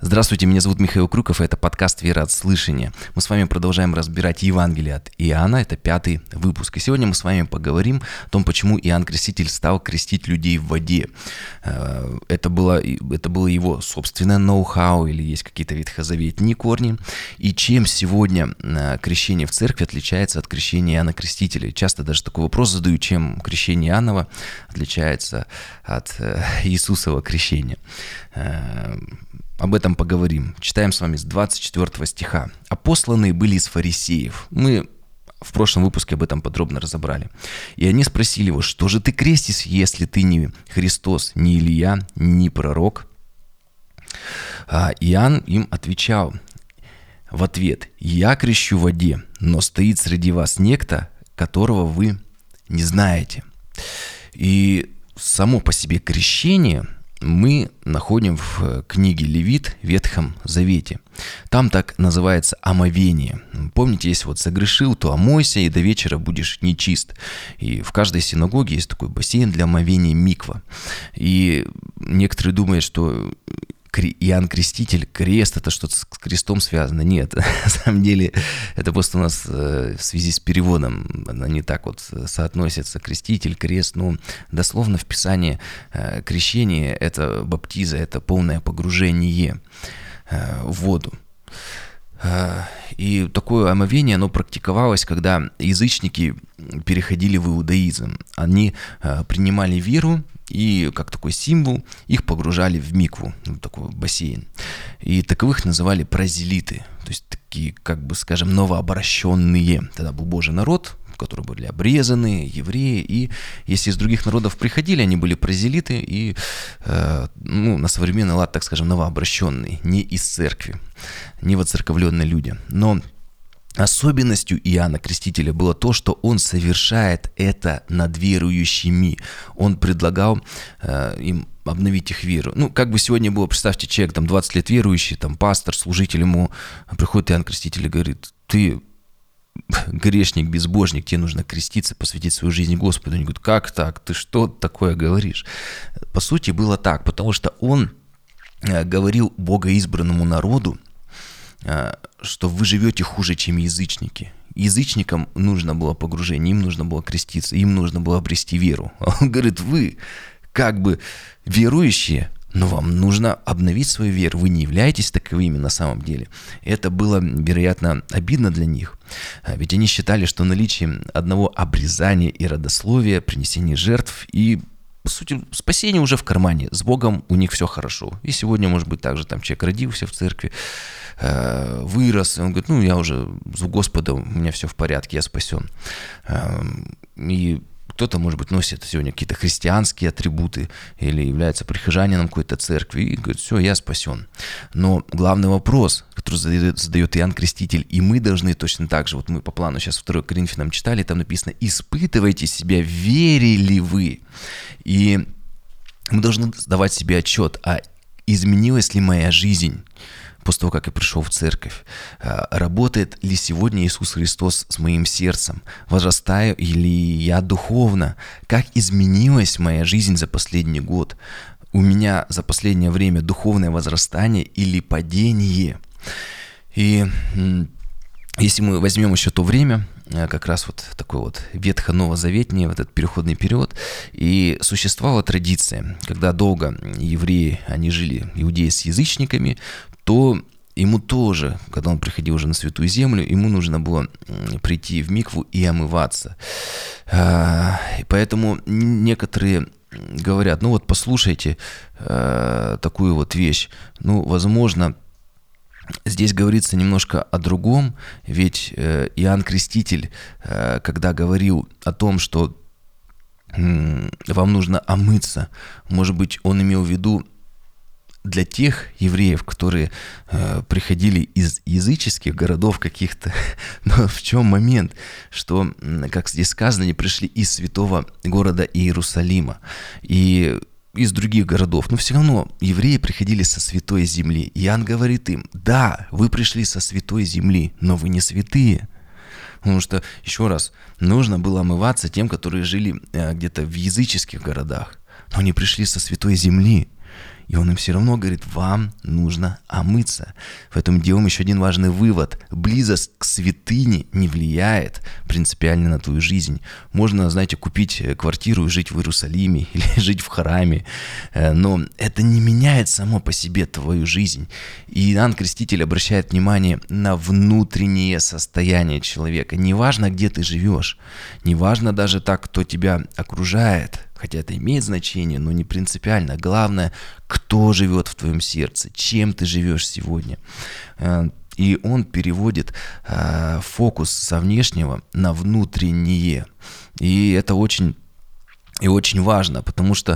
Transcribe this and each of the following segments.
Здравствуйте, меня зовут Михаил Крюков, и это подкаст «Вера от слышания». Мы с вами продолжаем разбирать Евангелие от Иоанна, это 5-й выпуск. И сегодня мы с вами поговорим о том, почему Иоанн Креститель стал крестить людей в воде. Это было его собственное ноу-хау или есть какие-то ветхозаветные корни. И чем сегодня крещение в церкви отличается от крещения Иоанна Крестителя. Часто даже такой вопрос задаю, чем крещение Иоаннова отличается от Иисусова крещения. Об этом поговорим. Читаем с вами с 24 стиха. «А посланные были из фарисеев». Мы в прошлом выпуске об этом подробно разобрали. «И они спросили его, что же ты крестишь, если ты не Христос, не Илия, не пророк?» А Иоанн им отвечал в ответ: «Я крещу в воде, но стоит среди вас некто, которого вы не знаете». И само по себе крещение мы находим в книге Левит в Ветхом Завете. Там так называется омовение. Помните, если вот согрешил, то омойся, и до вечера будешь нечист. И в каждой синагоге есть такой бассейн для омовения миква. И некоторые думают, что Иоанн Креститель, крест, это что-то с крестом связано. Нет, на самом деле это просто у нас в связи с переводом оно не так вот соотносится. Креститель, крест, дословно в Писании крещение – это баптиза, это полное погружение в воду. И такое омовение, оно практиковалось, когда язычники переходили в иудаизм. Они принимали веру, и как такой символ их погружали в микву, такой бассейн. И таковых называли прозелиты, то есть такие, как бы скажем, новообращенные. Тогда был Божий народ, которые были обрезаны, евреи, и если из других народов приходили, они были прозелиты и, на современный лад, так скажем, новообращенные, не из церкви, не воцерковленные люди. Но особенностью Иоанна Крестителя было то, что он совершает это над верующими. Он предлагал им обновить их веру. Как бы сегодня было, представьте, человек, 20 лет верующий, пастор, служитель, ему приходит Иоанн Креститель и говорит: ты грешник, безбожник, тебе нужно креститься, посвятить свою жизнь Господу. Они говорят: как так? Ты что такое говоришь? По сути, было так, потому что он говорил богоизбранному народу, что вы живете хуже, чем язычники. Язычникам нужно было погружение, им нужно было креститься, им нужно было обрести веру. Он говорит: вы как бы верующие, но вам нужно обновить свою веру. Вы не являетесь таковыми на самом деле. Это было, вероятно, обидно для них. Ведь они считали, что наличие одного обрезания и родословия, принесения жертв и, по сути, спасение уже в кармане. С Богом у них все хорошо. И сегодня, может быть, также человек родился в церкви, вырос, и он говорит: я уже с Господом, у меня все в порядке, я спасен. И кто-то, может быть, носит сегодня какие-то христианские атрибуты или является прихожанином какой-то церкви и говорит: все, я спасен. Но главный вопрос, который задает Иоанн Креститель, и мы должны точно так же, вот мы по плану сейчас 2 Коринфянам читали, там написано: испытывайте себя, верили вы. И мы должны сдавать себе отчет, а изменилась ли моя жизнь после того, как я пришел в церковь? Работает ли сегодня Иисус Христос с моим сердцем? Возрастаю ли я духовно? Как изменилась моя жизнь за последний год? У меня за последнее время духовное возрастание или падение? И если мы возьмем еще то время, как раз вот такой вот ветхо-новозаветний, вот этот переходный период, и существовала традиция, когда долго евреи, они жили, иудеи, с язычниками, то ему тоже, когда он приходил уже на Святую Землю, ему нужно было прийти в микву и омываться. И поэтому некоторые говорят: послушайте такую вот вещь, возможно, здесь говорится немножко о другом, ведь Иоанн Креститель, когда говорил о том, что вам нужно омыться, может быть, он имел в виду для тех евреев, которые приходили из языческих городов каких-то. Но в чем момент? Что, как здесь сказано, они пришли из святого города Иерусалима и из других городов. Но все равно евреи приходили со святой земли. Иоанн говорит им: да, вы пришли со святой земли, но вы не святые. Потому что, еще раз, нужно было омываться тем, которые жили где-то в языческих городах. Но они пришли со святой земли. И он им все равно говорит, вам нужно омыться. Поэтому делаем еще один важный вывод. Близость к святыне не влияет принципиально на твою жизнь. Можно, знаете, купить квартиру и жить в Иерусалиме или жить в храме, но это не меняет само по себе твою жизнь. И Иоанн Креститель обращает внимание на внутреннее состояние человека. Неважно, где ты живешь, неважно даже так, кто тебя окружает, хотя это имеет значение, но не принципиально. Главное, кто живет в твоем сердце, чем ты живешь сегодня. И он переводит фокус со внешнего на внутреннее. И это очень важно, потому что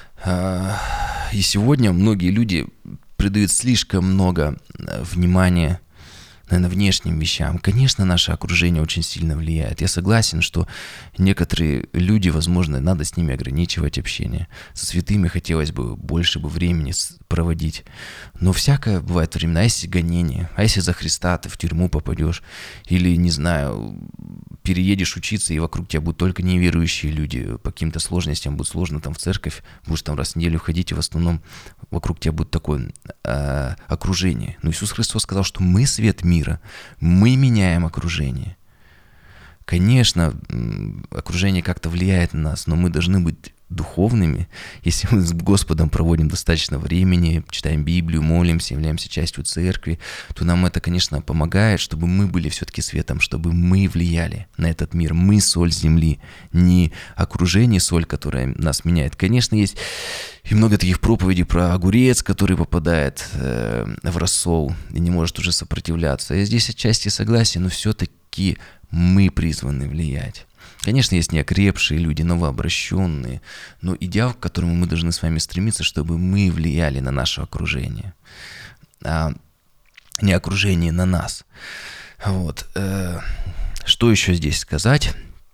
и сегодня многие люди придают слишком много внимания, наверное, внешним вещам. Конечно, наше окружение очень сильно влияет. Я согласен, что некоторые люди, возможно, надо с ними ограничивать общение. Со святыми хотелось бы больше бы времени проводить. Но всякое бывает времена. А если гонение? А если за Христа ты в тюрьму попадешь? Или, не знаю, переедешь учиться, и вокруг тебя будут только неверующие люди. По каким-то сложностям будет сложно там в церковь. Будешь там раз в неделю ходить, и в основном вокруг тебя будет такое окружение. Но Иисус Христос сказал, что мы свет мира. Мы меняем окружение. Конечно, окружение как-то влияет на нас, но мы должны быть духовными. Если мы с Господом проводим достаточно времени, читаем Библию, молимся, являемся частью церкви, то нам это, конечно, помогает, чтобы мы были все-таки светом, чтобы мы влияли на этот мир. Мы соль земли, не окружение соль, которое нас меняет. Конечно, есть и много таких проповедей про огурец, который попадает в рассол и не может уже сопротивляться. Я здесь отчасти согласен, но все-таки мы призваны влиять. Конечно, есть неокрепшие люди, новообращенные, но идеал, к которому мы должны с вами стремиться, чтобы мы влияли на наше окружение, а не окружение на нас. Вот. Что еще здесь сказать?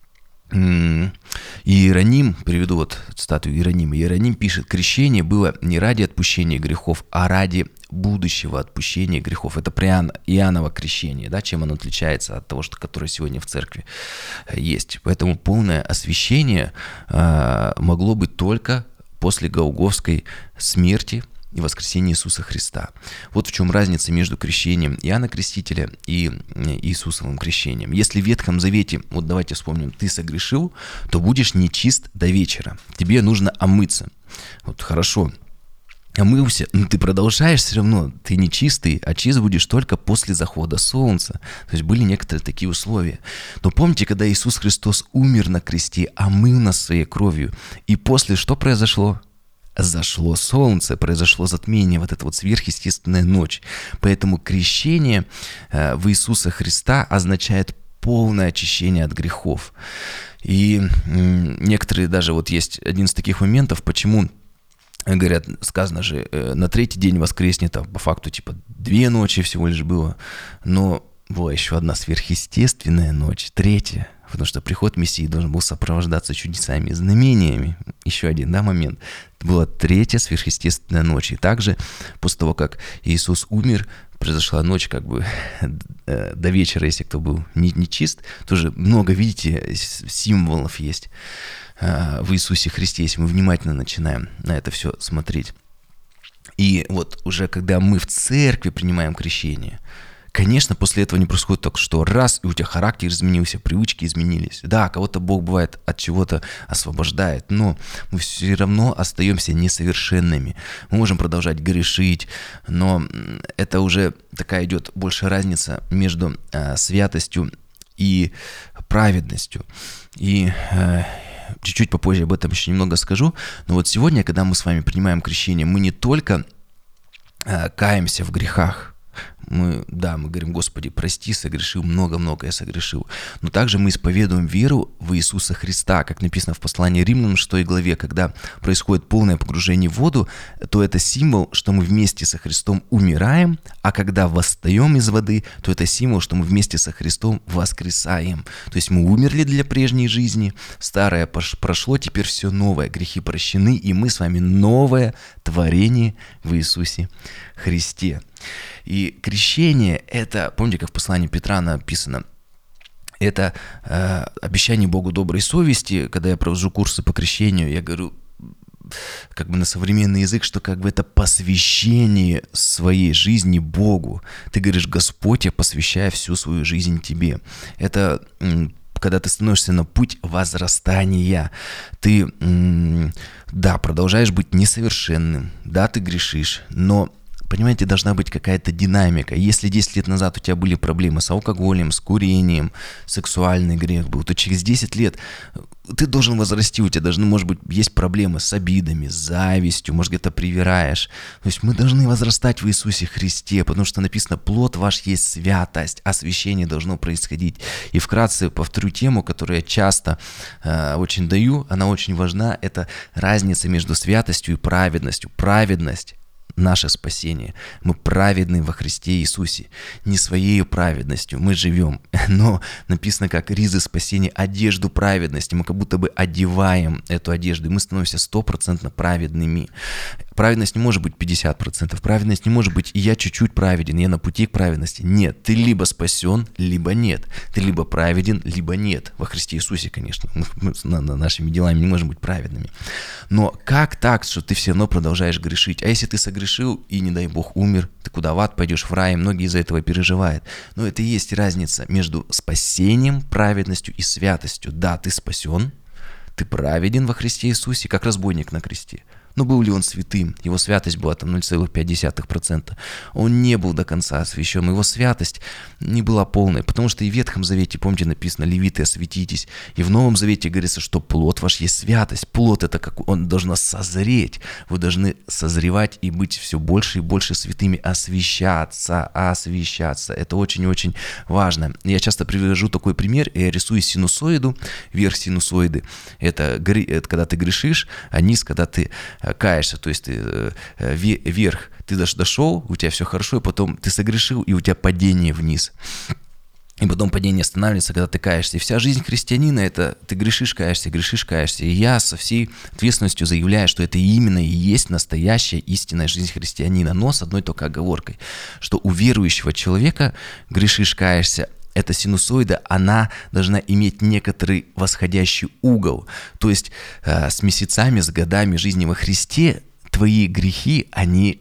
Иероним, приведу вот цитату Иеронима. Иероним пишет: крещение было не ради отпущения грехов, а ради будущего отпущения грехов. Это при Иоанново крещение, да, чем оно отличается от того, которое сегодня в церкви есть. Поэтому полное освящение могло быть только после Голгофской смерти и воскресения Иисуса Христа. Вот в чем разница между крещением Иоанна Крестителя и Иисусовым крещением. Если в Ветхом Завете, вот давайте вспомним, ты согрешил, то будешь нечист до вечера. Тебе нужно омыться. Вот хорошо, омылся, но ты продолжаешь все равно, ты нечистый, а чист будешь только после захода солнца. То есть были некоторые такие условия. Но помните, когда Иисус Христос умер на кресте, омыл нас своей кровью, и после что произошло? Зашло солнце, произошло затмение, вот эта вот сверхъестественная ночь. Поэтому крещение в Иисуса Христа означает полное очищение от грехов. И некоторые даже, вот есть один из таких моментов, почему, говорят, сказано же, на третий день воскреснет, а по факту типа 2 ночи всего лишь было, но была еще одна сверхъестественная ночь, третья. Потому что приход Мессии должен был сопровождаться чудесами и знамениями. Еще один, да, момент. Это была 3-я сверхъестественная ночь. И также после того, как Иисус умер, произошла ночь как бы до вечера, если кто был нечист. Тоже много, видите, символов есть в Иисусе Христе, если мы внимательно начинаем на это все смотреть. И вот уже когда мы в церкви принимаем крещение, конечно, после этого не происходит только что раз, и у тебя характер изменился, привычки изменились. Да, кого-то Бог бывает от чего-то освобождает, но мы все равно остаемся несовершенными. Мы можем продолжать грешить, но это уже такая идет больше разница между святостью и праведностью. И чуть-чуть попозже об этом еще немного скажу. Но вот сегодня, когда мы с вами принимаем крещение, мы не только каемся в грехах, мы говорим: Господи, прости, согрешил, много-много я согрешил. Но также мы исповедуем веру в Иисуса Христа, как написано в послании Римлянам 6 главе, когда происходит полное погружение в воду, то это символ, что мы вместе со Христом умираем, а когда восстаем из воды, то это символ, что мы вместе со Христом воскресаем. То есть мы умерли для прежней жизни, старое прошло, теперь все новое, грехи прощены, и мы с вами новое творение в Иисусе Христе. И крещение – это, помните, как в послании Петра написано, это обещание Богу доброй совести. Когда я провожу курсы по крещению, я говорю: как бы на современный язык, что как бы это посвящение своей жизни Богу. Ты говоришь: Господь, я посвящаю всю свою жизнь Тебе. Это когда ты становишься на путь возрастания, ты, да, продолжаешь быть несовершенным, да, ты грешишь, но, понимаете, должна быть какая-то динамика. Если 10 лет назад у тебя были проблемы с алкоголем, с курением, сексуальный грех был, то через 10 лет ты должен возрасти, у тебя должны, может быть, есть проблемы с обидами, с завистью, может, где-то привираешь. То есть мы должны возрастать в Иисусе Христе, потому что написано: плод ваш есть святость, освящение должно происходить. И вкратце повторю тему, которую я часто очень даю, она очень важна, это разница между святостью и праведностью. Праведность — наше спасение. Мы праведны во Христе Иисусе. Не своей праведностью мы живем, но написано как ризы спасения, одежду праведности. Мы как будто бы одеваем эту одежду, и мы становимся 100% праведными. Праведность не может быть 50%. Праведность не может быть: и я чуть-чуть праведен, я на пути к праведности. Нет, ты либо спасен, либо нет. Ты либо праведен, либо нет. Во Христе Иисусе, конечно. Мы нашими делами не можем быть праведными. Но как так, что ты все равно продолжаешь грешить? А если ты согрешил и, не дай Бог, умер, ты куда в ад пойдешь, в рай? Многие из-за этого переживают. Но это и есть разница между спасением, праведностью и святостью. Да, ты спасен, ты праведен во Христе Иисусе, как разбойник на кресте. Но был ли он святым? Его святость была там 0,5%. Он не был до конца освящен. Его святость не была полной, потому что и в Ветхом Завете, помните, написано: левиты, осветитесь. И в Новом Завете говорится, что плод ваш есть святость. Плод — это как он должен созреть. Вы должны созревать и быть все больше и больше святыми, освящаться. Это очень-очень важно. Я часто привожу такой пример. Я рисую синусоиду, верх синусоиды. Это когда ты грешишь, а низ, когда ты каешься, то есть ты вверх ты дошел, у тебя все хорошо, и потом ты согрешил, и у тебя падение вниз. И потом падение останавливается, когда ты каешься. И вся жизнь христианина — это ты грешишь, каешься. И я со всей ответственностью заявляю, что это именно и есть настоящая истинная жизнь христианина. Но с одной только оговоркой, что у верующего человека грешишь, каешься, эта синусоида, она должна иметь некоторый восходящий угол. То есть с месяцами, с годами жизни во Христе твои грехи, они,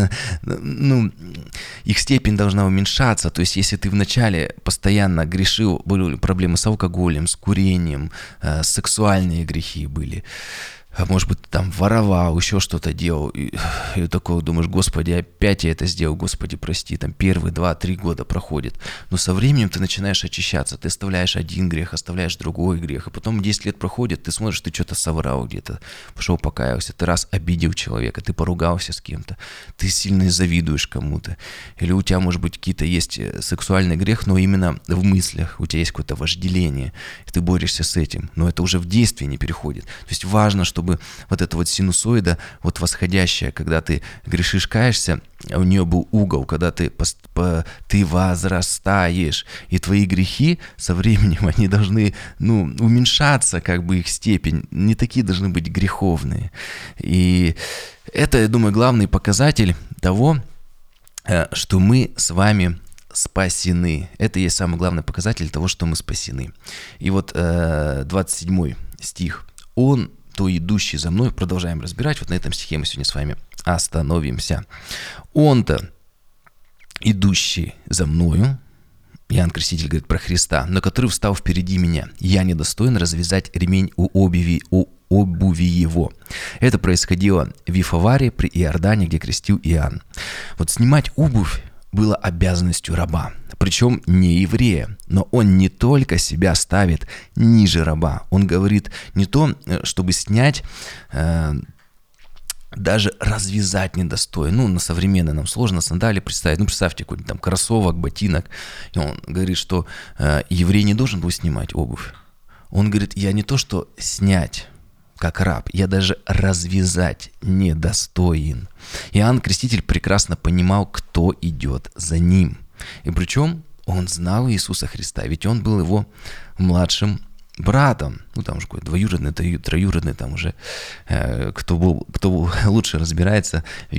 их степень должна уменьшаться. То есть если ты вначале постоянно грешил, были проблемы с алкоголем, с курением, сексуальные грехи были, может быть, там воровал, еще что-то делал, и такой думаешь: Господи, опять я это сделал, Господи, прости, там 1, 2, 3 года проходит. Но со временем ты начинаешь очищаться, ты оставляешь один грех, оставляешь другой грех, и потом 10 лет проходит, ты смотришь, ты что-то соврал где-то, пошел покаялся, ты раз обидел человека, ты поругался с кем-то, ты сильно завидуешь кому-то, или у тебя, может быть, какие-то есть сексуальный грех, но именно в мыслях, у тебя есть какое-то вожделение, и ты борешься с этим, но это уже в действие не переходит. То есть важно, чтобы вот эта вот синусоида, вот восходящая, когда ты грешишь, каешься, у нее был угол, когда ты возрастаешь, и твои грехи со временем, они должны, уменьшаться, как бы их степень, не такие должны быть греховные. И это, я думаю, главный показатель того, что мы с вами спасены. Это и есть самый главный показатель того, что мы спасены. И вот 27 стих. Он, то идущий за мной, продолжаем разбирать. Вот на этом стихе мы сегодня с вами остановимся. Он-то, идущий за мною, Иоанн Креститель говорит про Христа, но который встал впереди меня. Я недостоин развязать ремень у обуви его. Это происходило в Вифаваре при Иордане, где крестил Иоанн. Вот снимать обувь было обязанностью раба, причем не еврея, но он не только себя ставит ниже раба, он говорит не то, чтобы снять, даже развязать недостоин. На современное нам сложно сандали представить. Представьте, какой-нибудь там кроссовок, ботинок. И он говорит, что еврей не должен был снимать обувь. Он говорит: я не то, что снять, как раб, я даже развязать недостоин. Иоанн Креститель прекрасно понимал, кто идет за ним. И причем он знал Иисуса Христа, ведь он был его младшим братом. Там же какой двоюродный, троюродный, там уже кто лучше разбирается в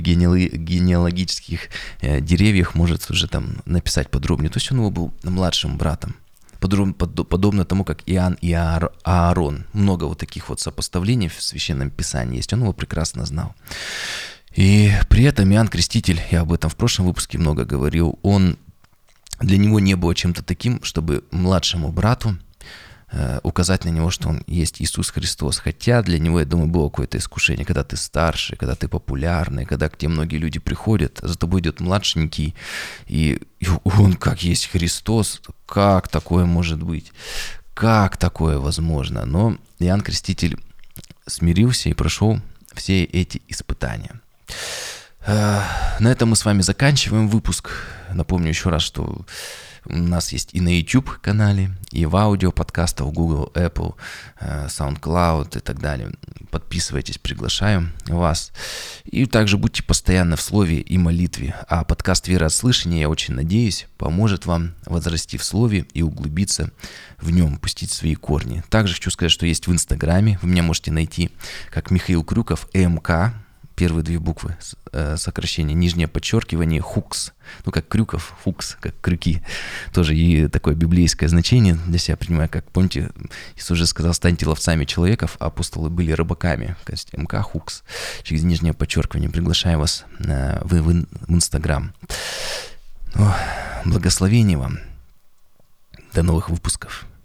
генеалогических деревьях, может уже там написать подробнее. То есть он его был младшим братом. подобно тому, как Иоанн и Аарон. Много вот таких вот сопоставлений в Священном Писании есть, он его прекрасно знал. И при этом Иоанн Креститель, я об этом в прошлом выпуске много говорил, для него не было чем-то таким, чтобы младшему брату указать на него, что он есть Иисус Христос. Хотя для него, я думаю, было какое-то искушение, когда ты старший, когда ты популярный, когда к тебе многие люди приходят, за тобой идет младшенький, и он как есть Христос, как такое может быть? Как такое возможно? Но Иоанн Креститель смирился и прошел все эти испытания. На этом мы с вами заканчиваем выпуск. Напомню еще раз, что у нас есть и на YouTube-канале, и в аудиоподкастах, Google, Apple, SoundCloud и так далее. Подписывайтесь, приглашаю вас. И также будьте постоянно в слове и молитве. А подкаст «Вера от слышания», я очень надеюсь, поможет вам возрасти в слове и углубиться в нем, пустить свои корни. Также хочу сказать, что есть в Инстаграме. Вы меня можете найти как Михаил Крюков, МК. Первые две буквы сокращение, нижнее подчеркивание, хукс. Ну, как Крюков, хукс, как крюки. Тоже и такое библейское значение для себя принимаю. Как, помните, Иисус уже сказал, станьте ловцами человеков, а апостолы были рыбаками. То есть МК, хукс. Через нижнее подчеркивание приглашаю вас в Инстаграм. Благословения вам. До новых выпусков.